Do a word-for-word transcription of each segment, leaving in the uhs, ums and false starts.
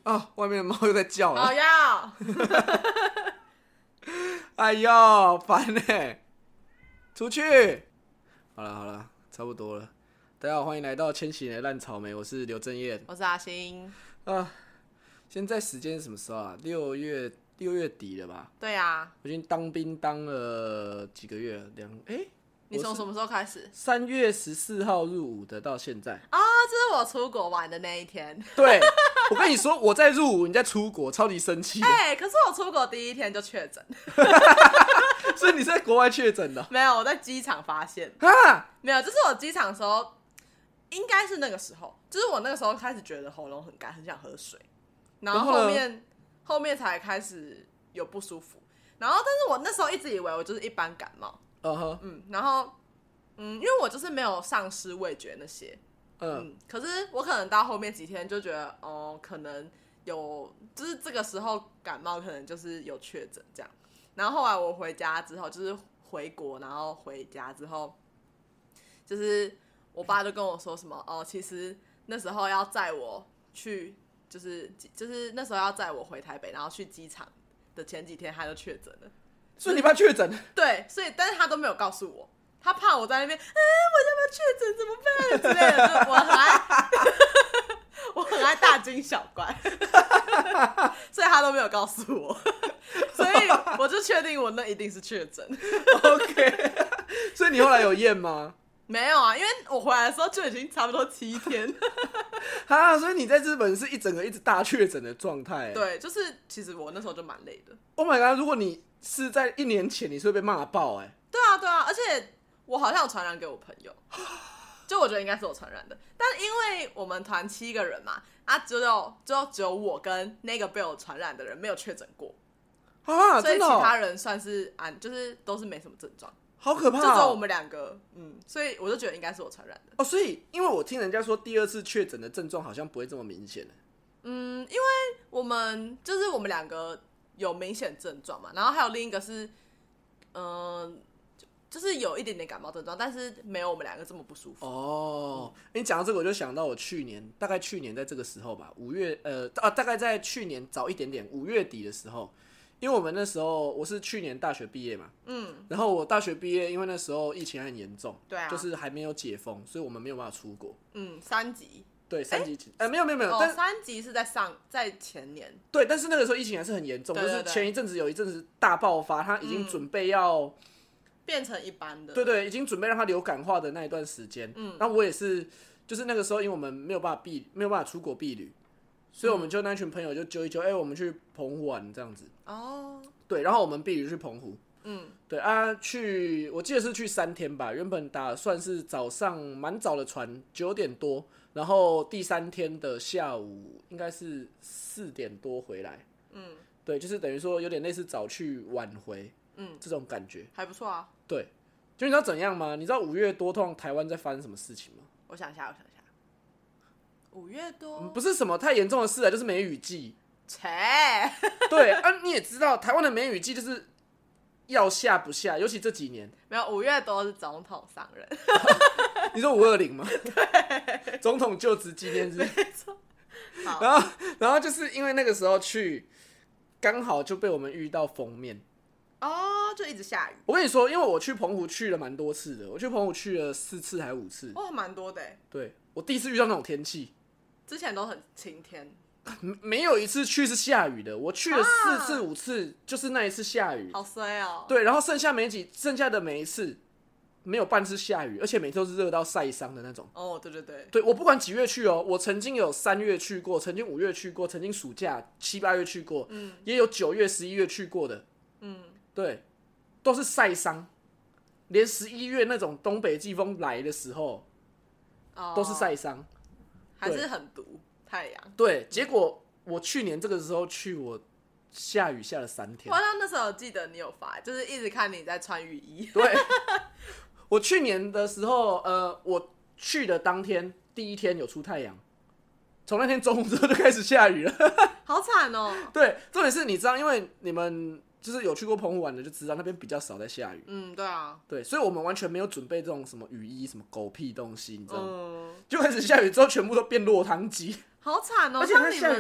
哦，外面的猫又在叫了。 哦要， 哎呦，烦欸！出去。好了好了，差不多了。大家好，欢迎来到千禧年的烂草莓，我是刘正彦。 我是阿星。 啊，现在时间是什么时候啊？六月六月底了吧？ 对啊， 我已经当兵当了几个月了，两哎。 你从什么时候开始？ 三月十四号入伍的，到现在啊，这是我出国玩的那一天。 对，我跟你说，我在入伍，你在出国，超级生气。 哎、欸，可是我出国第一天就确诊， 所以你是在国外确诊的？ 没有，我在机场发现。 啊， 没有，就是我机场的时候，应该是那个时候，就是我那个时候开始觉得喉咙很干，很想喝水，然后后面后面才开始有不舒服，然后但是我那时候一直以为我就是一般感冒。 Uh huh. 嗯，然后，嗯，因为我就是没有丧失味觉那些，嗯, 嗯，可是我可能到后面几天就觉得，哦，可能有，就是这个时候感冒可能就是有确诊这样。然后后来我回家之后，就是回国，然后回家之后，就是我爸就跟我说什么，哦，其实那时候要载我去，就是就是那时候要载我回台北，然后去机场的前几天他就确诊了。 所以你爸确诊？ 对，所以但是他都没有告诉我，他怕我在那边，哎、欸，我要不要确诊怎么办之类的，就我很爱，我很爱大惊小怪，所以他都没有告诉我，所以我就确定我那一定是确诊。 OK， 所以你后来有验吗？ 没有啊，因为我回来的时候就已经差不多七天。 啊，所以你在日本是一整个一直大确诊的状态。 对，就是其实我那时候就蛮累的。 Oh my god！ 如果你是在一年前，你是会被骂爆哎、欸。 对啊，对啊，而且我好像有传染给我朋友，就我觉得应该是我传染的。但因为我们团七个人嘛，啊，只有只有只有我跟那个被我传染的人没有确诊过啊， 所以其真的、哦、 他人算是安，就是都是没什么症状。 好可怕、哦！ 就只有我们两个，嗯，所以我就觉得应该是我传染的。 哦，所以因为我听人家说第二次确诊的症状好像不会这么明显。 嗯，因为我们就是我们两个有明显症状嘛，然后还有另一个是，嗯、呃，就是有一点点感冒症状，但是没有我们两个这么不舒服。 哦，嗯、你讲到这个，我就想到我去年，大概去年在这个时候吧，五月，呃，啊，大概在去年早一点点，五月底的时候。因为我们那时候我是去年大学毕业嘛，嗯，然后我大学毕业，因为那时候疫情还很严重， 对啊， 就是还没有解封，所以我们没有办法出国， 嗯，三级， 对，三级，哎、欸，没有没有没有， 哦、 但三级是在上在前年， 对，但是那个时候疫情还是很严重， 对对对， 就是前一阵子有一阵子大爆发，他已经准备要、嗯、 变成一般的， 对对，已经准备让它流感化的那一段时间，嗯，那我也是，就是那个时候，因为我们没有办法避，没有办法出国避旅，所以我们就那群朋友就揪一揪，哎、欸，我们去澎湖玩这样子，哦。对，然后我们避旅去澎湖，嗯，对啊，去我记得是去三天吧，原本打算是早上蛮早的船，九点多，然后第三天的下午应该是四点多回来，嗯，对，就是等于说有点类似早去晚回，嗯，这种感觉还不错啊。 对，就你知道怎样吗？你知道五月多通常台湾在发生什么事情吗？ 我想一下，我想一下，五月多、 嗯、不是什么太严重的事啊，就是梅雨季。 切， 对啊，你也知道台湾的梅雨季就是要下不下，尤其这几年。 没有，五月多是总统上任。 你说五二零吗？ 对， 总统就职纪念日。 没错。 然后，然后就是因为那个时候去，刚好就被我们遇到封面。 哦，就一直下雨。 我跟你说，因为我去澎湖去了蛮多次的，我去澎湖去了四次还五次。 哦，蛮多的。 对，我第一次遇到那种天气。 之前都很晴天。 没有一次去是下雨的，我去了四次五次，就是那一次下雨， 好衰哦。 对，然后剩下没几，剩下的每一次没有半次下雨，而且每次都是热到晒伤的那种。 哦，对对对， 对我不管几月去哦，我曾经有三月去过，曾经五月去过，曾经暑假七八月去过，嗯，也有九月、十一月去过的，嗯，对，都是晒伤，连十一月那种东北季风来的时候，哦、都是晒伤， 还是很毒。太阳对，结果我去年这个时候去，我下雨下了三天。 我好像那时候记得你有发，就是一直看你在穿雨衣。 对，我去年的时候，呃，我去的当天第一天有出太阳，从那天中午之后就开始下雨了， 好惨哦。 对，重点是你知道，因为你们就是有去过澎湖玩的就知道，那边比较少在下雨。 嗯，对啊， 对，所以我们完全没有准备这种什么雨衣、什么狗屁东西，你知道吗？嗯、就开始下雨之后，全部都变落汤鸡。 好惨哦！ 而且它下雨，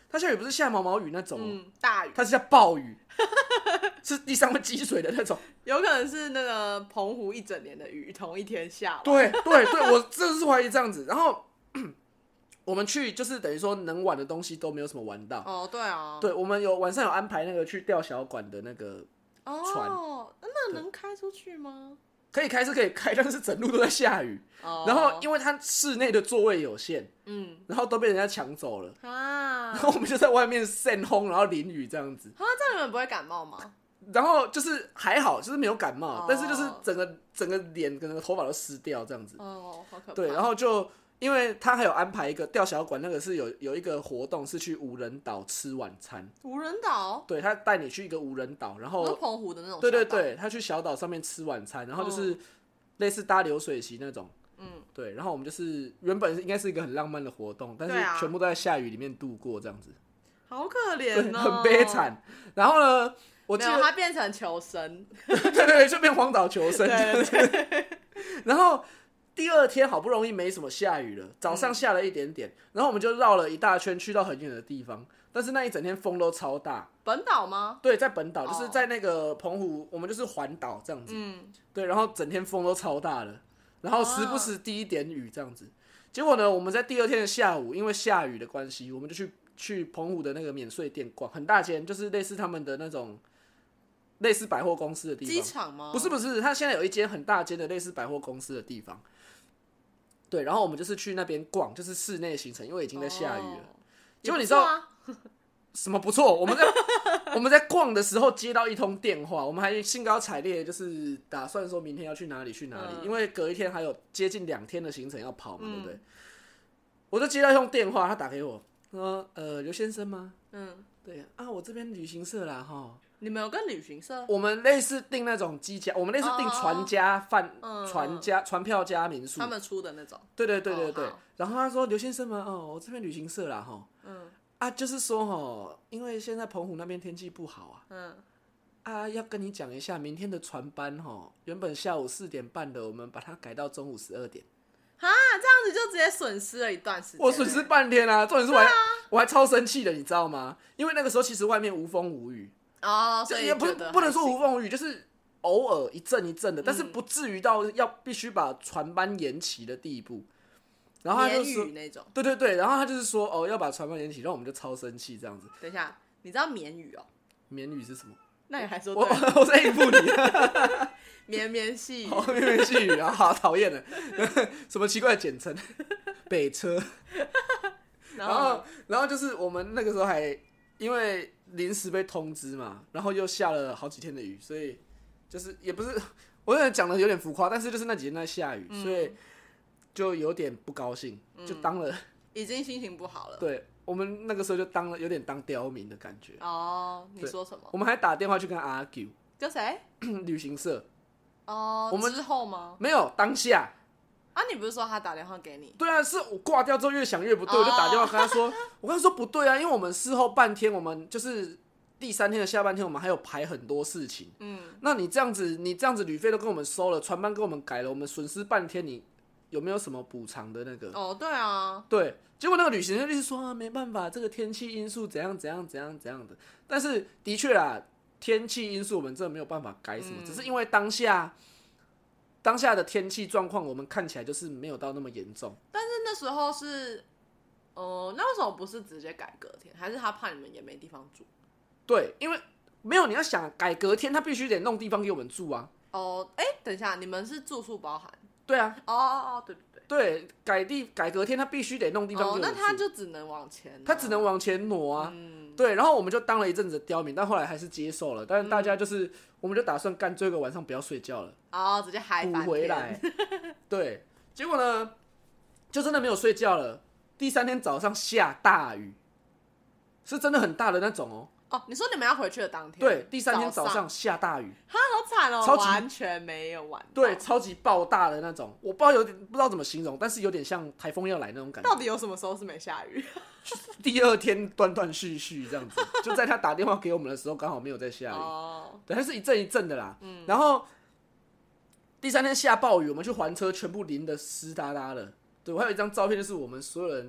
它下雨不是下毛毛雨那种、喔嗯，大雨， 它是下暴雨，是地上会积水的那种。 有可能是那个澎湖一整年的雨同一天下完。 对对对，我真的是怀疑这样子。然后我们去就是等于说能玩的东西都没有什么玩到。 哦，对啊， 对，我们有晚上有安排那个去钓小管的那个船。 哦，那能开出去吗？ 可以开是可以开，但是整路都在下雨。哦、然后因为它室内的座位有限，嗯，然后都被人家抢走了啊。然后我们就在外面扇风，然后淋雨这样子。 啊，这样你们不会感冒吗？ 然后就是还好，就是没有感冒，哦、但是就是整个整个脸跟那个头发都湿掉这样子。 哦，好可怕。 对，然后就因为他还有安排一个钓小馆，那个是有有一个活动是去无人岛吃晚餐。 无人岛？ 对，他带你去一个无人岛，然后是澎湖的那种。 对对对，他去小岛上面吃晚餐，然后就是类似搭流水席那种。嗯，对，然后我们就是原本应该是一个很浪漫的活动，但是全部都在下雨里面度过这样子。 好可怜哦， 很悲惨。然后呢，我记得他变成求生， 对对对，就变荒岛求生。对对对。然后第二天好不容易没什么下雨了，早上下了一点点，嗯、然后我们就绕了一大圈去到很远的地方，但是那一整天风都超大。 本岛吗？ 对，在本岛，就是在那个澎湖，我们就是环岛这样子。嗯，对，然后整天风都超大的，然后时不时滴一点雨这样子。结果呢，我们在第二天的下午，因为下雨的关系，我们就去。去澎湖的那个免税店逛，很大间，就是类似他们的那种类似百货公司的地方。 机场吗？ 不是不是，他现在有一间很大间的类似百货公司的地方。对，然后我们就是去那边逛，就是室内行程，因为已经在下雨了。哦、结果你知道、啊、什么不错？我们在我们在逛的时候接到一通电话，我们还兴高采烈，就是打算说明天要去哪里去哪里，嗯、因为隔一天还有接近两天的行程要跑嘛，嗯、对不对？我就接到一通电话，他打给我。说呃刘先生吗？嗯，对啊，我这边旅行社啦哈。 你们有跟旅行社？ 我们类似订那种机家，我们类似订船家饭、哦、船家船票加民宿， 他们出的那种。 对对对对对。哦、然后他说刘先生吗？哦，我这边旅行社啦哈。嗯。啊，就是说哈，因为现在澎湖那边天气不好啊。嗯。啊，要跟你讲一下，明天的船班哈，原本下午四点半的，我们把它改到中午十二点。 啊，这样子就直接损失了一段时间。 我损失半天啊！重点是我还、啊、我还超生气的，你知道吗？因为那个时候其实外面无风无雨哦，所以也不不能说无风无雨，就是偶尔一阵一阵的，嗯、但是不至于到要必须把船班延期的地步。然后他就说那种， 对对对，然后他就是说哦要把船班延期，然后我们就超生气这样子。 等一下，你知道缅语哦？ 缅语是什么？ 那你还说我我在应付你。 绵绵细雨， 哦，绵绵细雨啊，好讨厌的，什么奇怪的简称？北车。然后，然后就是我们那个时候还因为临时被通知嘛，然后又下了好几天的雨，所以就是也不是，我有点讲的有点浮夸，但是就是那几天在下雨，嗯、所以就有点不高兴，就当了、嗯， 已经心情不好了。 对，我们那个时候就当了有点当刁民的感觉。 哦，你说什么？ 我们还打电话去跟他 argue， 跟谁？ 旅行社。 哦，我们之后吗？ 没有，当下。 啊，你不是说他打电话给你？ 对啊，是我挂掉之后越想越不对， oh. 我就打电话跟他说，我跟他说不对啊，因为我们事后半天，我们就是第三天的下半天，我们还有排很多事情。嗯，那你这样子，你这样子旅费都跟我们收了，船班跟我们改了，我们损失半天，你有没有什么补偿的那个？ 哦， oh, 对啊， 对。结果那个旅行社就是说、啊、没办法，这个天气因素怎样怎样怎样怎样的。但是的确啦，天气因素我们真的没有办法改什么，嗯、只是因为当下。当下的天气状况，我们看起来就是没有到那么严重。 但是那时候是，呃，那为什么不是直接改隔天？还是他怕你们也没地方住？ 对，因为没有你要想改隔天，他必须得弄地方给我们住啊。 哦，哎，等一下，你们是住宿包含？ 对啊。 哦哦哦，对对对。 对，改地改隔天，他必须得弄地方给我们住。 哦，那他就只能往前、啊。 他只能往前挪啊。嗯。对，然后我们就当了一阵子的刁民，但后来还是接受了。但是大家就是，嗯、我们就打算干最后一个晚上不要睡觉了。 哦，直接嗨翻天。 补回来。对，结果呢，就真的没有睡觉了。第三天早上下大雨，是真的很大的那种哦。 哦，你说你们要回去的当天？ 对，第三天早上下大雨， 哈，好惨哦， 超级完全没有玩。 对，超级爆大的那种，我不知道有点不知道怎么形容，但是有点像台风要来那种感觉。 到底有什么时候是没下雨？ 第二天断断续续这样子，就在他打电话给我们的时候，刚好没有在下雨。哦，对，它是一阵一阵的啦。嗯，然后第三天下暴雨，我们去还车，全部淋得湿哒哒的。对，我还有一张照片，就是我们所有人就是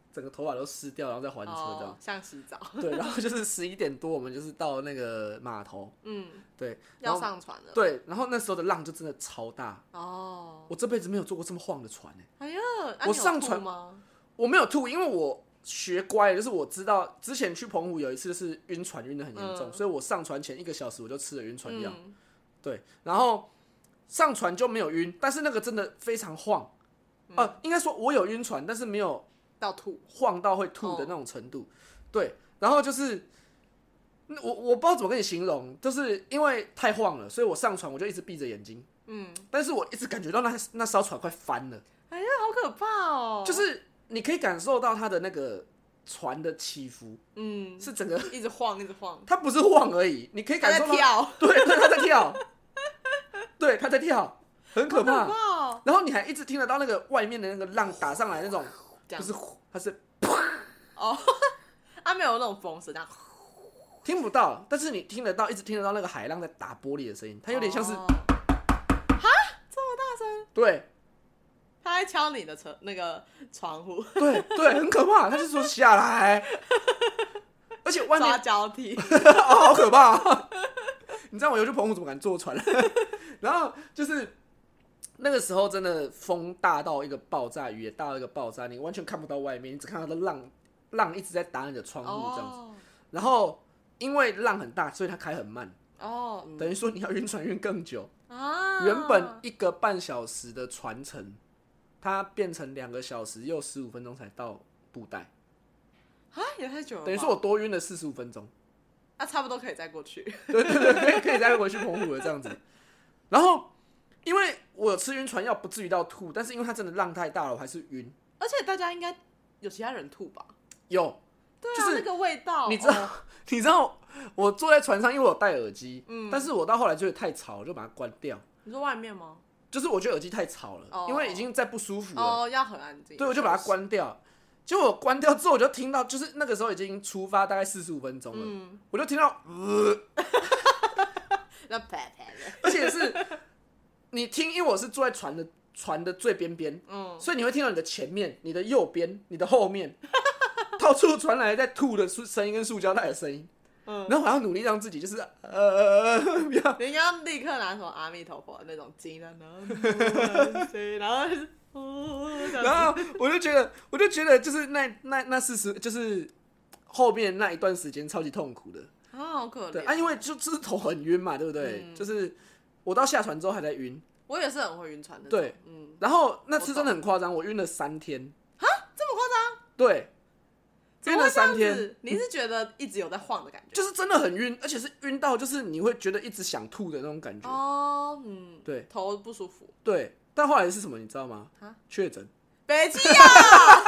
整个头发都湿掉，然后再还车这样，哦、 像洗澡。 对，然后就是十一点多，我们就是到那个码头，嗯，对， 要上船了。 对，然后那时候的浪就真的超大哦，我这辈子没有坐过这么晃的船哎、 欸。哎呀，啊、 我上船吗？ 我没有吐，因为我学乖了，就是我知道之前去澎湖有一次是晕船晕得很严重、嗯，所以我上船前一个小时我就吃了晕船药、嗯，对，然后上船就没有晕，但是那个真的非常晃，嗯、呃，应该说我有晕船，但是没有。 到吐， 晃到会吐的那种程度，哦、对，然后就是我我不知道怎么跟你形容，就是因为太晃了，所以我上船我就一直闭着眼睛，嗯，但是我一直感觉到那那艘船快翻了， 哎呀，好可怕哦！ 就是你可以感受到它的那个船的起伏，嗯，是整个一直晃一直晃， 它不是晃而已，你可以感受到， 它在跳， 对对，它在跳，对，它在跳，很可怕， 好可怕哦、 然后你还一直听得到那个外面的那个浪打上来那种。不是，它是哦，它没有那种风声，这样听不到，但是你听得到，一直听得到那个海浪在打玻璃的声音，它有点像是，哈、 哦，这么大声？ 对， 他在敲你的车那个窗户， 对对，很可怕，他就说下来，而且外面抓交替， 哦，好可怕、啊！你知道我有去澎湖怎么敢坐船？然后就是。那个时候真的风大到一个爆炸，雨也大到一个爆炸，你完全看不到外面，你只看到浪浪一直在打你的窗户这样子。Oh. 然后因为浪很大，所以它开很慢。哦、oh. ，等于说你要晕船晕更久。啊、oh. 原本一个半小时的船程，它变成两个小时又十五分钟才到布袋。 啊，也太久了吧。 等于说我多晕了四十五分钟。 那、啊、差不多可以再过去。 对对对，可以可以再回去澎湖了这样子。然后。因为我有吃晕船药，不至于到吐，但是因为它真的浪太大了，我还是晕。 而且大家应该有其他人吐吧？ 有， 对啊， 就是那个味道。 你知道，哦、你知道，我坐在船上，因为我有戴耳机，嗯，但是我到后来觉得太吵，我就把它关掉。 你说外面吗？ 就是我觉得耳机太吵了，哦、因为已经在不舒服了。 哦，要很安静。 对，我就把它关掉。结果我关掉之后，我就听到，就是那个时候已经出发大概四十五分钟了，嗯，我就听到，呃， 那啪啪的， 而且是。你听，因为我是坐在船的船的最边边，嗯，所以你会听到你的前面、你的右边、你的后面，到处传来在吐的声音跟塑胶袋的声音，嗯，然后我要努力让自己就是呃不要， 你要立刻拿什么阿弥陀佛那种经啊，然后然后然后我就觉得，我就觉得就是那那那四十，就是后面那一段时间超级痛苦的啊，好可怜， 对啊，因为就就是头很晕嘛，对不对？嗯、就是。我到下船之后还在晕， 我也是很会晕船的。 对，嗯，然后那次真的很夸张，我晕了三天。 哈，这么夸张？ 对，晕了三天。 你是觉得一直有在晃的感觉？ 就是真的很晕，而且是晕到就是你会觉得一直想吐的那种感觉。哦，嗯，对， 头不舒服。 对，但后来是什么？你知道吗？啊，确诊。 北极啊！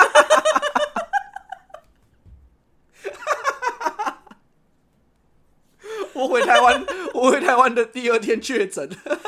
我回台湾，我回台湾的第二天确诊。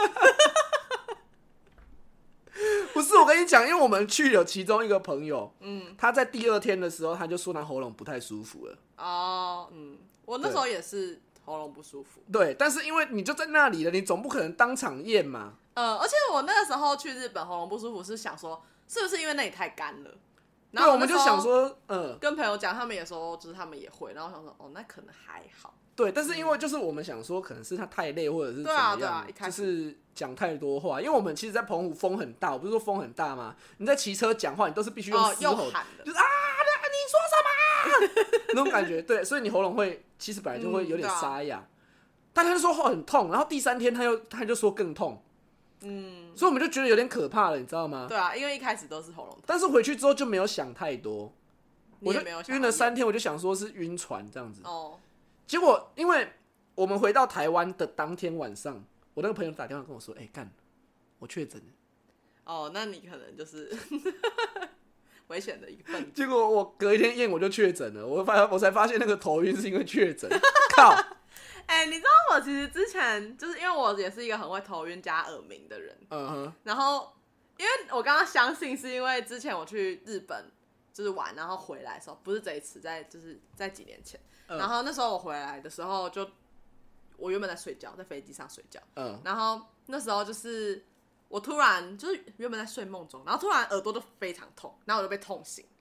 不是，我跟你讲，因为我们去有其中一个朋友，嗯，他在第二天的时候，他就说他喉咙不太舒服了。 哦，嗯，我那时候也是喉咙不舒服。 对，但是因为你就在那里了，你总不可能当场验嘛。 呃，而且我那个时候去日本喉咙不舒服，是想说是不是因为那里太干了？ 然后我们就想说，嗯， 跟朋友讲，他们也说，就是他们也会，然后我想说，哦，那可能还好。 对，但是因为就是我们想说，可能是他太累，或者是怎么样， 对啊对啊、 就是讲太多话。因为我们其实，在澎湖风很大，我不是说风很大吗？你在骑车讲话，你都是必须用嘶吼、哦，就是啊，你说什么？那种感觉，对，所以你喉咙会其实本来就会有点沙哑。嗯啊、但他就说很痛，然后第三天他又他就说更痛，嗯，所以我们就觉得有点可怕了，你知道吗？ 对啊，因为一开始都是喉咙痛， 但是回去之后就没有想太多， 我就晕了三天，我就想说是晕船这样子。哦。结果，因为我们回到台湾的当天晚上，我那个朋友打电话跟我说：“哎、欸，干，我确诊了。” 哦，那你可能就是危险的一份子。 结果我隔一天验我就确诊了，我发我才发现那个头晕是因为确诊。靠！ 哎、欸，你知道我其实之前就是因为我也是一个很会头晕加耳鸣的人，嗯哼。然后，因为我刚刚相信是因为之前我去日本就是玩，然后回来的时候，不是这一次，在就是在几年前。嗯、然后那时候我回来的时候就，我原本在睡觉，在飞机上睡觉。嗯。然后那时候就是我突然就是原本在睡梦中，然后突然耳朵就非常痛，然后我就被痛醒。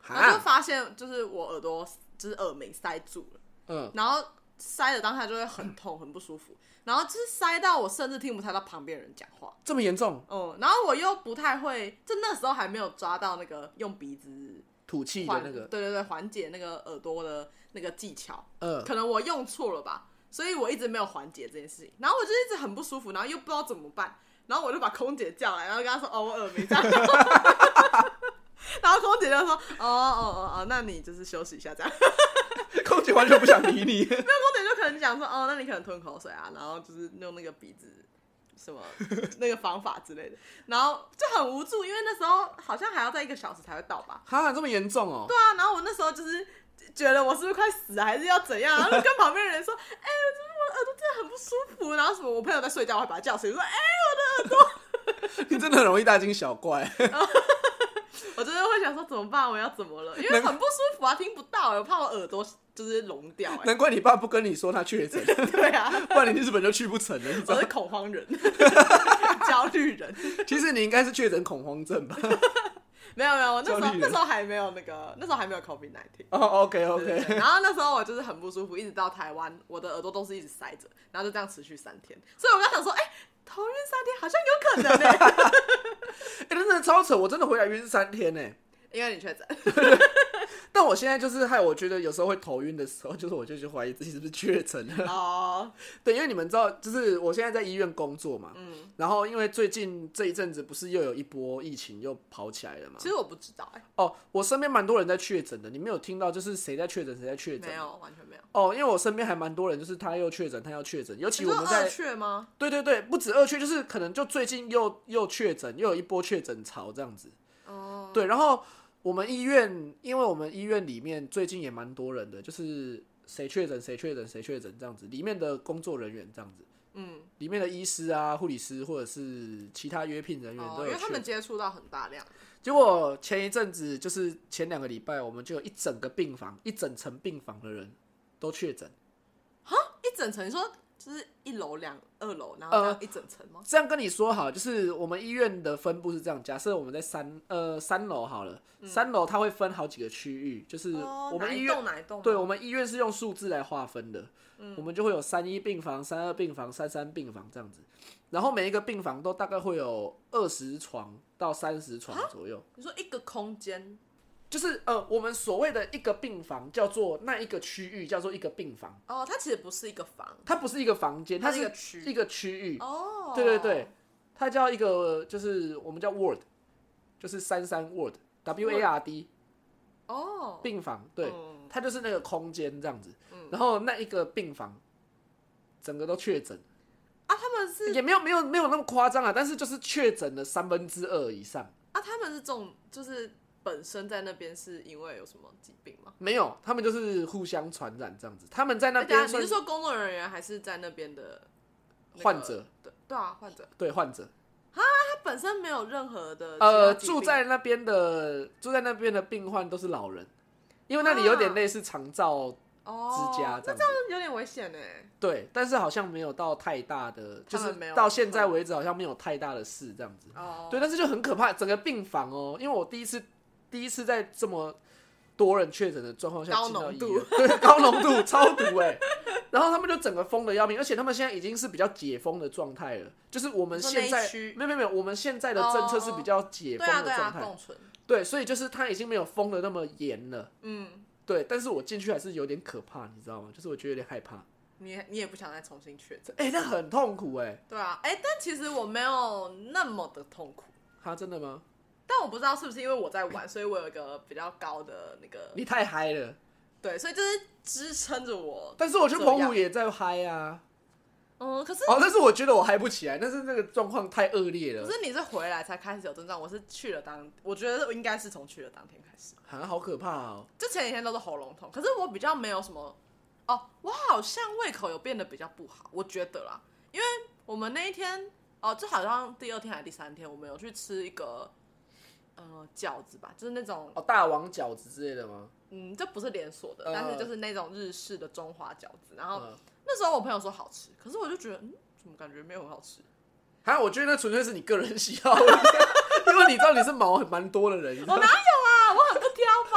然后就发现就是我耳朵就是耳鸣塞住了，嗯，然后塞的当下就会很痛很不舒服，然后就是塞到我甚至听不太到旁边人讲话， 这么严重？ 嗯，然后我又不太会，就那时候还没有抓到那个用鼻子吐气的那个， 对对对，缓解那个耳朵的那个技巧，嗯，可能我用错了吧，所以我一直没有缓解这件事情，然后我就一直很不舒服，然后又不知道怎么办，然后我就把空姐叫来，然后跟她说：“哦，我耳鸣这样。”然后空姐就说：“哦哦哦哦，那你就是休息一下这样。” 空姐完全不想理你。 没有，空姐就可能讲说：“哦，那你可能吞口水啊，然后就是用那个鼻子什么那个方法之类的。”然后就很无助，因为那时候好像还要再一个小时才会到吧？ 哈，这么严重哦？ 对啊，然后我那时候就是觉得我是不是快死了，还是要怎样？然后就跟旁边的人说：“哎、欸，我耳朵真的很不舒服。”然后什么，我朋友在睡觉，我还把他叫醒，说：“哎、欸，我的耳朵。” 你真的很容易大惊小怪。 我真的会想说怎么办？我要怎么了？因为很不舒服啊，听不到，我怕我耳朵就是聋掉。 难怪你爸不跟你说他确诊。 对啊， 不然你日本就去不成了。 我是恐慌人，焦虑人。 其实你应该是确诊恐慌症吧？ 没有没有，我那时候那时候还没有那个，那时候还没有 COVID 十九。 哦 ，OK OK。 然后那时候我就是很不舒服，一直到台湾，我的耳朵都是一直塞着，然后就这样持续三天。所以我刚想说，哎、欸，头晕三天好像有可能呢、欸。 哎、欸，真的超扯！我真的回来晕三天呢、欸， 因为你确诊。 但我现在就是害我觉得有时候会头晕的时候，就是我就去怀疑自己是不是确诊了。哦， oh. 对，因为你们知道，就是我现在在医院工作嘛，嗯，然后因为最近这一阵子不是又有一波疫情又跑起来了嘛？ 其实我不知道哎、欸。 哦，我身边蛮多人在确诊的，你没有听到就是谁在确诊谁在确诊？ 没有，完全没有。 哦，因为我身边还蛮多人，就是他又确诊，他要确诊，尤其我们在二确吗？ 对对对，不止二确，就是可能就最近又又确诊，又有一波确诊潮这样子。哦，对，然后。我们医院，因为我们医院里面最近也蛮多人的，就是谁确诊谁确诊谁确诊这样子，里面的工作人员这样子，嗯，里面的医师啊、护理师或者是其他约聘人员都有、哦， 因为他们接触到很大量。 结果前一阵子就是前两个礼拜，我们就有一整个病房、一整层病房的人都确诊。 哈，一整层？你说？就是一楼、两二楼，然后这样一整层吗、呃？ 这样跟你说好，就是我们医院的分布是这样。假设我们在三呃三楼好了，嗯、三楼它会分好几个区域，就是我们医院、 哦、哪一栋？ 对，我们医院是用数字来划分的。嗯、我们就会有三一病房、三二病房、三三病房这样子。然后每一个病房都大概会有二十床到三十床左右。 你说一个空间？ 就是呃，我们所谓的一个病房叫做那一个区域叫做一个病房哦，它其实不是一个房， 它不是一个房间，它是一个区域哦，对对对，它叫一个就是我们叫 ward， 就是三三 ward W A R D 哦，病房对、嗯，它就是那个空间这样子、嗯，然后那一个病房整个都确诊啊，他们是也没有没有没有那么夸张啊，但是就是确诊了三分之二以上啊，他们是这种就是。本身在那边是因为有什么疾病吗？ 没有，他们就是互相传染这样子。他们在那边， 你是说工作人员还是在那边的、那個、 患者？ 对对啊，患者。 对患者。 啊，他本身没有任何的呃，住在那边的住在那边的病患都是老人，因为那里有点类似长照之家这样子、哦、那这样有点危险哎。 对，但是好像没有到太大的，就是到现在为止好像没有太大的事这样子。哦。对，但是就很可怕，整个病房哦，因为我第一次。第一次在这么多人确诊的状况下进到医院，对，高浓度超毒哎、欸，然后他们就整个封的要命，而且他们现在已经是比较解封的状态了，就是我们现在没有没有没有，我们现在的政策是比较解封的状态、哦，对, 啊对, 对，所以就是他已经没有封的那么严了，嗯，对，但是我进去还是有点可怕，你知道吗？就是我觉得有点害怕。 你你也不想再重新确诊？ 哎、欸，那很痛苦哎、欸。 对啊，哎、欸，但其实我没有那么的痛苦。 他真的吗？ 但我不知道是不是因为我在玩，所以我有一个比较高的那个。 你太嗨了。 对，所以就是支撑着我。 但是我去澎湖也在嗨啊。 嗯，可是哦，但是我觉得我嗨不起来，但是那个状况太恶劣了。 可是你是回来才开始有症状，我是去了当，我觉得应该是从去了当天开始。 啊，好可怕哦！ 就前几天都是喉咙痛，可是我比较没有什么。哦，我好像胃口有变得比较不好，我觉得啦，因为我们那一天，哦，就好像第二天还是第三天，我们有去吃一个。呃，饺子吧，就是那种哦，大王饺子之类的吗？ 嗯，这不是连锁的、呃，但是就是那种日式的中华饺子。然后、呃、那时候我朋友说好吃，可是我就觉得，嗯，怎么感觉没有很好吃？ 哈，我觉得那纯粹是你个人喜好，因为你知道你是毛很蛮多的人。 我哪有啊，我很不挑吧？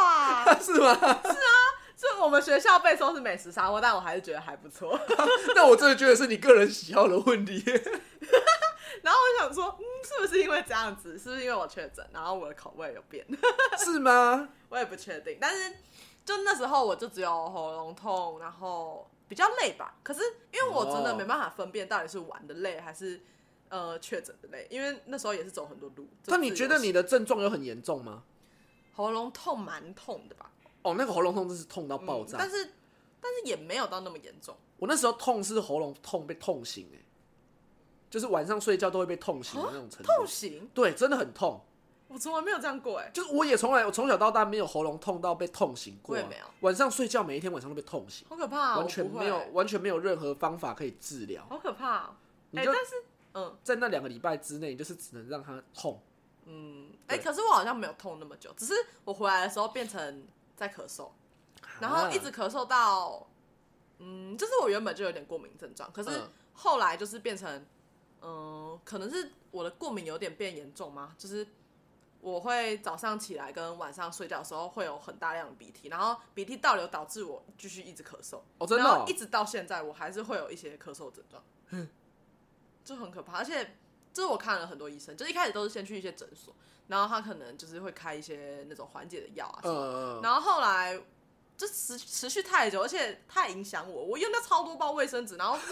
是吗？是啊，就我们学校被说是美食沙漠，但我还是觉得还不错。 那我真的觉得是你个人喜好的问题。 然后我想说，嗯，是不是因为这样子？是不是因为我确诊，然后我的口味有变？ 是吗？ 我也不确定。但是就那时候我就只有喉咙痛，然后比较累吧。可是因为我真的没办法分辨到底是玩的累还是呃确诊的累，因为那时候也是走很多路。 那你觉得你的症状有很严重吗？ 喉咙痛蛮痛的吧？ 哦，那个喉咙痛真是痛到爆炸。 嗯、但是但是也没有到那么严重。 我那时候痛是喉咙痛被痛醒哎、欸。就是晚上睡觉都会被痛醒的那种程度。 痛醒？ 对，真的很痛。 我从来没有这样过哎。 就是我也从来，我从小到大没有喉咙痛到被痛醒过、啊。 我也没有。 晚上睡觉每一天晚上都被痛醒， 好可怕、啊！ 完全没有，完全没有任何方法可以治疗。 好可怕、啊！ 你就、 欸、但是嗯， 在那两个礼拜之内，就是只能让它痛。 嗯，哎、欸，可是我好像没有痛那么久，只是我回来的时候变成在咳嗽，然后一直咳嗽到，嗯，就是我原本就有点过敏症状，可是后来就是变成。嗯，可能是我的过敏有点变严重吗？就是我会早上起来跟晚上睡觉的时候会有很大量的鼻涕，然后鼻涕倒流导致我继续一直咳嗽。 哦，真的、哦？ 然后一直到现在我还是会有一些咳嗽症状，就很可怕。而且就是我看了很多医生，就一开始都是先去一些诊所，然后他可能就是会开一些那种缓解的药啊什么、呃、然后后来就持持续太久，而且太影响我，我用掉超多包卫生纸，然后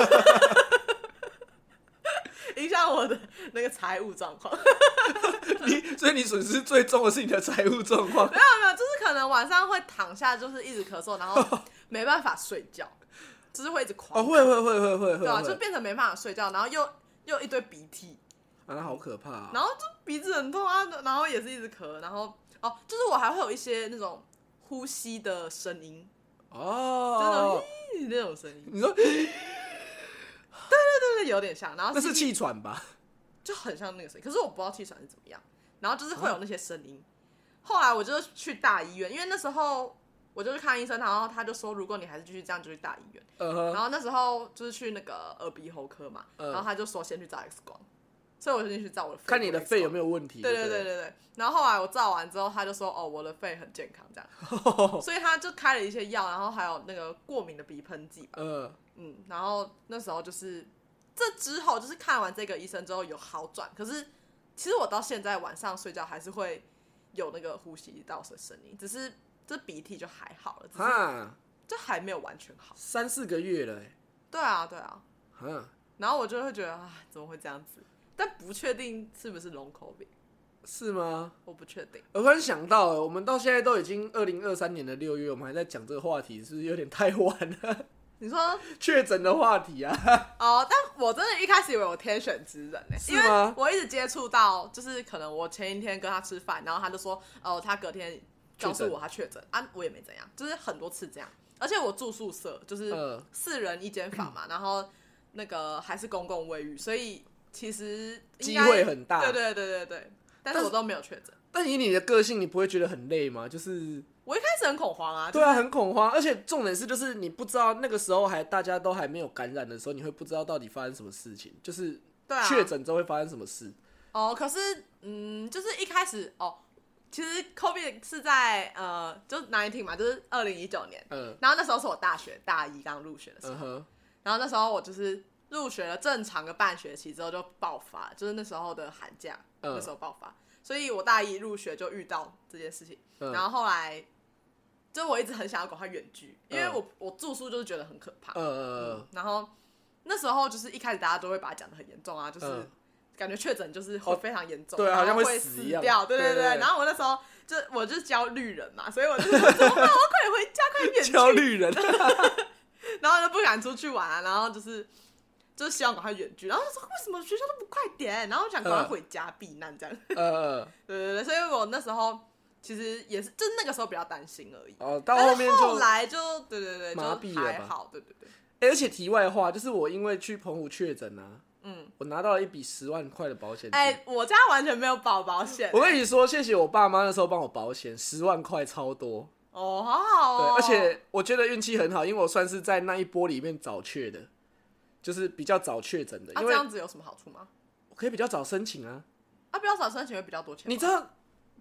影响我的那个财务状况。 你所以你损失最重的是你的财务状况。 没有没有，就是可能晚上会躺下，就是一直咳嗽，然后没办法睡觉，就是会一直狂。 哦，会会会会会会， 对啊，就变成没办法睡觉，然后又又一堆鼻涕， 啊，那好可怕、啊。 然后就鼻子很痛啊，然后也是一直咳，然后哦，就是我还会有一些那种呼吸的声音， 哦， 真的那种声音。 你说。 对对对对，有点像，然后那是气喘吧？ 就很像那个声音，可是我不知道气喘是怎么样。然后就是会有那些声音。后来我就去大医院，因为那时候我就去看医生，然后他就说，如果你还是继续这样，就去大医院。Uh-huh. 然后那时候就是去那个耳鼻喉科嘛， uh-huh. 然后他就说先去照 X 光，所以我就进去照我的肺， 看你的肺有没有问题。 对对对对对。然后后来我照完之后，他就说哦，我的肺很健康这样，所以他就开了一些药，然后还有那个过敏的鼻喷剂吧。Uh-huh. 嗯，然后那时候就是这之后，就是看完这个医生之后有好转，可是其实我到现在晚上睡觉还是会有那个呼吸道的声音，只是这鼻涕就还好了，只是就还没有完全好。 三四个月了哎、欸。 对啊对啊。然后我就会觉得啊，怎么会这样子？但不确定是不是 long covid。 是吗？ 我不确定。 我突然想到了，我们到现在都已经二零二三年的六月，我们还在讲这个话题，是不是有点太晚了？ 你说确诊的话题啊？ 哦，但我真的一开始以为我天选之人呢、欸， 是吗？ 因为我一直接触到，就是可能我前一天跟他吃饭，然后他就说，哦，他隔天告诉我他确诊啊，我也没怎样，就是很多次这样。而且我住宿舍，就是四人一间房嘛、呃，然后那个还是公共卫浴，所以其实机会很大。 对对对对对，但是我都没有确诊。 但以你的个性，你不会觉得很累吗？就是我一开始很恐慌啊， 对啊，很恐慌，而且重点是就是你不知道那个时候还大家都还没有感染的时候，你会不知道到底发生什么事情，就是确诊之后会发生什么事。 哦，可是嗯，就是一开始哦，其实 COVID 是在呃，就是十九嘛，就是二零一九年，嗯，然后那时候是我大学大一刚入学的时候，嗯、然后那时候我就是入学了正常的半学期之后就爆发，就是那时候的寒假、嗯、那时候爆发。所以我大一入学就遇到这件事情，嗯、然后后来就我一直很想要赶快远距，因为我、嗯、我住宿就是觉得很可怕，嗯嗯、然后那时候就是一开始大家都会把它讲得很严重啊，就是、嗯、感觉确诊就是会非常严重， 哦、对，好像会死一样， 对对 对, 對, 對。然后我那时候就我就是焦虑人嘛，所以我就说怎么办？我快点回家，快点远距。 焦虑人， 然后就不敢出去玩啊，然后就是。就是希望赶快远距，然后说为什么学校都不快点，然后想赶快回家避难这样。呃，对对对，所以我那时候其实也是，就是那个时候比较担心而已。 哦，到后面就后来就对对对， 麻痹了吧？ 还好，对对对。 欸、而且题外话，就是我因为去澎湖确诊啊，嗯，我拿到了一笔十万块的保险金。 哎、欸，我家完全没有保保险、欸。 我跟你说，谢谢我爸妈那时候帮我保险，十万块超多。 哦，好好哦。 对，而且我觉得运气很好，因为我算是在那一波里面早确的。就是比较早确诊的， 啊，这样子有什么好处吗？ 我可以比较早申请啊， 啊，比较早申请会比较多钱。 你知道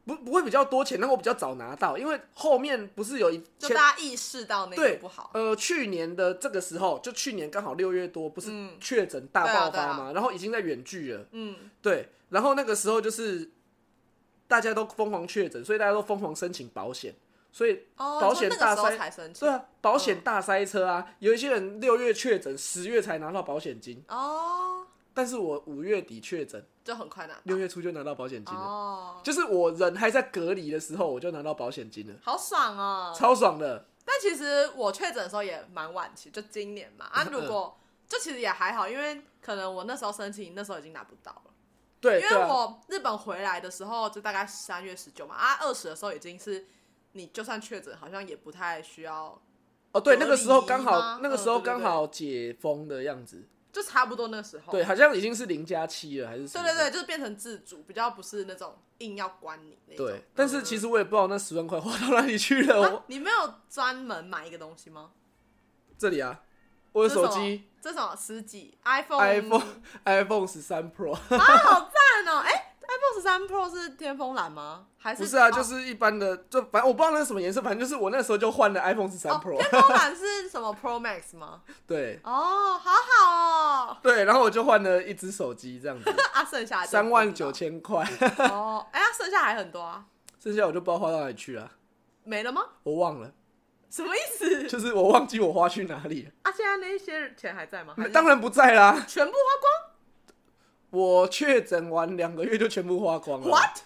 不不会比较多钱，但我比较早拿到，因为后面不是有一就大家意识到那个不好。 呃，去年的这个时候，就去年刚好六月多，不是确诊大爆发吗？嗯啊啊、然后已经在远距了，嗯，对，然后那个时候就是大家都疯狂确诊，所以大家都疯狂申请保险，所以保险大塞， 哦、才申请对啊，保险大塞车啊，嗯、有一些人六月确诊，十月才拿到保险金哦。但是我五月底确诊， 就很快拿到， 六月初就拿到保险金了。哦，就是我人还在隔离的时候，我就拿到保险金了， 好爽哦， 超爽的。 但其实我确诊的时候也蛮晚期，就今年嘛。啊，如果就其实也还好，因为可能我那时候申请，那时候已经拿不到了。 对， 因为我日本回来的时候就大概三月十九嘛，啊，二十的时候已经是你就算确诊，好像也不太需要。 哦，对，那个时候刚好，那个时候刚好解封的样子。 就差不多那时候， 对，好像已经是零加七了，还是什么？ 对对对，就是变成自主，比较不是那种硬要关你那种。 对，但是其实我也不知道那十万块花到哪里去了。 啊、你没有专门买一个东西吗？ 这里啊，我的手机， 这什么十几 iPhone iPhone iPhone 十三 Pro 啊，好赞哦！哎、欸、，iPhone 十三 Pro 是天风蓝吗？还是不是啊？哦、就是一般的，就反正我不知道那是什么颜色，反正就是我那时候就换了 iPhone 十三 Pro。 哦、天风蓝是什么 Pro Max 吗？ 对。 哦，好好哦。 对，然后我就换了一只手机这样子。 啊，剩下三万九千块。 哦，哎、欸，呀，剩下还很多啊。 剩下我就不知道花到哪里去了。 没了吗？ 我忘了。 什么意思？ 就是我忘记我花去哪里了。 啊，现在那些钱还在吗？ 当然不在啦， 全部花光。 我确诊完两个月就全部花光了。 What？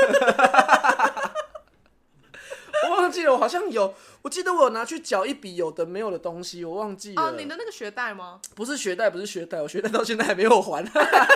我忘记了，我好像有，我记得我有拿去缴一笔有的没有的东西，我忘记了。 哦，你的那个学贷吗？ 不是学贷，不是学贷，我学贷到现在还没有还。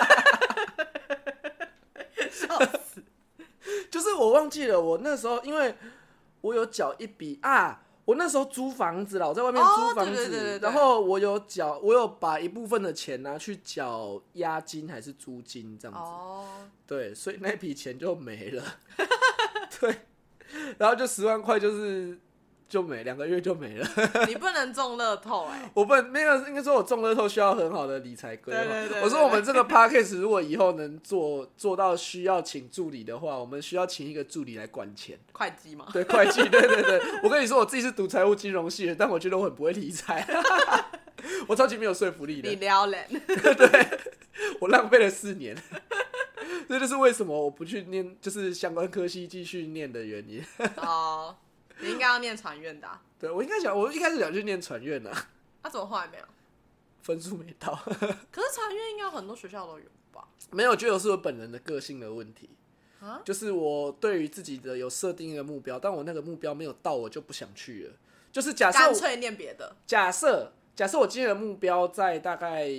笑死！ 就是我忘记了，我那时候因为我有缴一笔啊。我那时候租房子啦，我在外面租房子，哦、对对对对对，然后我有缴，我有把一部分的钱拿去缴押金还是租金这样子，哦、对，所以那笔钱就没了，对，然后就十万块就是就没，两个月就没了。 你不能中乐透哎！ 我不能，那个应该说我中乐透需要很好的理财规划。 对对 对, 对， 我说我们这个 podcast 如果以后能做做到需要请助理的话，我们需要请一个助理来管钱。 会计吗？ 对，会计，对对对。我跟你说，我自己是读财务金融系的，但我觉得我很不会理财，我超级没有说服力的。 你撩人， 对，我浪费了四年。这就是为什么我不去念就是相关科系继续念的原因。 哦。你应该要念传院的、啊。 对，我应该想，我一开始想去念传院的、啊。 那、啊、怎么后来没有？ 分数没到。 可是传院应该很多学校都有吧？ 没有，觉得是我本人的个性的问题。啊？就是我对于自己的有设定一个目标，但我那个目标没有到，我就不想去了。就是假设干脆念别的。 假设假设我今天的目标在大概，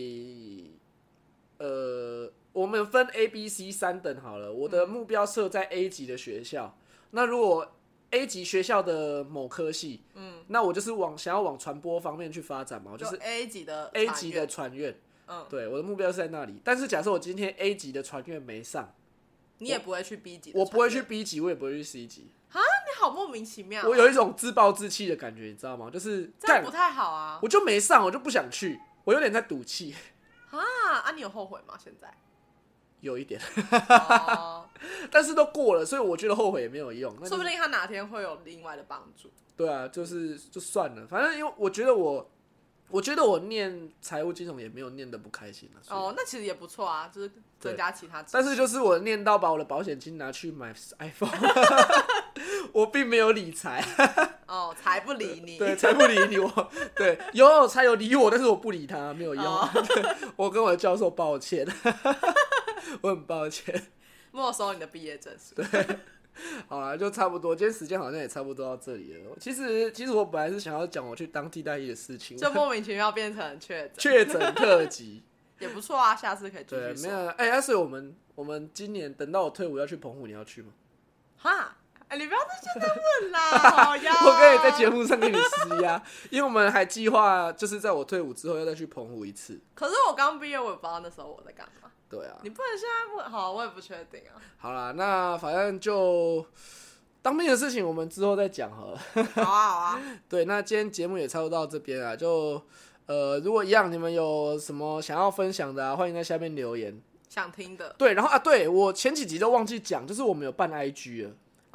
呃，我们分 A、B、C 三等好了。我的目标设在 A 级的学校，嗯、那如果A 级学校的某科系，嗯，那我就是往想要往传播方面去发展嘛，我就是 A 级的 A 级的传院，嗯，对，我的目标是在那里。但是假设我今天 A 级的传院没上， 你也不会去 B 级， 我不会去 B 级，我也不会去 C 级。 啊，你好莫名其妙、啊。 我有一种自暴自弃的感觉，你知道吗？就是这样不太好啊。 我就没上，我就不想去，我有点在赌气。 啊啊，你有后悔吗？现在？ 有一点，哦、但是都过了，所以我觉得后悔也没有用。 说不定他哪天会有另外的帮助。 对啊，就是就算了，反正因为我觉得我，我觉得我念财务金融也没有念得不开心啊。 哦，那其实也不错啊，就是增加其他知识。 但是就是我念到把我的保险金拿去买 iPhone， 我并没有理财。 哦，才不理你。 对，才不理你我。对，有才有理我，但是我不理他，没有用。哦、我跟我的教授抱歉。我很抱歉， 没收你的毕业证书。 对，好啦，就差不多。今天时间好像也差不多到这里了。其实，其实我本来是想要讲我去当替代役的事情， 就莫名其妙变成确诊， 确诊特辑也不错啊。下次可以继续说。 对，没有。哎、欸，所以我们我们今年等到我退伍要去澎湖，你要去吗？ 哈，哎、欸，你不要再现在问啦，好呀。 我可以在节目上给你施压，因为我们还计划就是在我退伍之后要再去澎湖一次。 可是我刚毕业，我也不知道那时候我在干嘛。 对啊， 你不能现在问，好，我也不确定啊。 好啦，那反正就当兵的事情，我们之后再讲好了。 好啊，好啊。 对，那今天节目也差不多到这边啊，就呃，如果一样，你们有什么想要分享的啊，欢迎在下面留言。 想听的。 对，然后啊，对我前几集都忘记讲，就是我们有办 I G 了。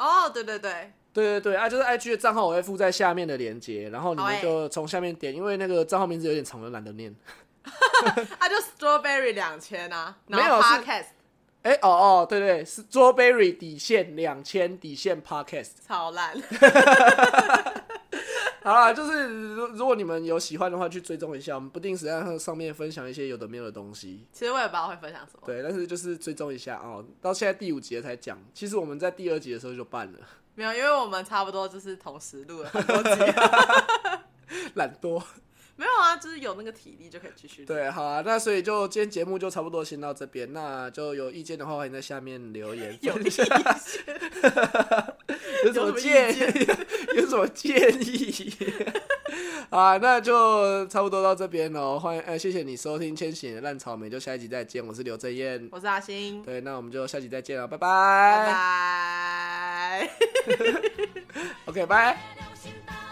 哦，对对对。 对对对啊，就是 I G 的账号我会附在下面的连结，然后你们就从下面点，因为那个账号名字有点长，我懒得念。 啊，就 Strawberry 两千啊，然后 Podcast。 哎哦哦，对对，是 Strawberry 底线两千底线 Podcast。 超烂。 好啦，就是如果你们有喜欢的话，去追踪一下，我们不定时在上面分享一些有的没有的东西。 其实我也不知道会分享什么。 对，但是就是追踪一下哦。到现在第五集才讲，其实我们在第二集的时候就办了。 没有，因为我们差不多就是同时录了很多集。 懒惰。 没有啊，就是有那个体力就可以继续。 对，好啊，那所以就今天节目就差不多先到这边，那就有意见的话，欢迎在下面留言。 有意见？ 有什么建议？有什么建议？啊，那就差不多到这边喽。欢迎，呃，谢谢你收听《千禧的烂草莓》，就下一集再见。我是刘正燕， 我是阿星。 对，那我们就下集再见了，拜拜。拜拜。 OK， 拜。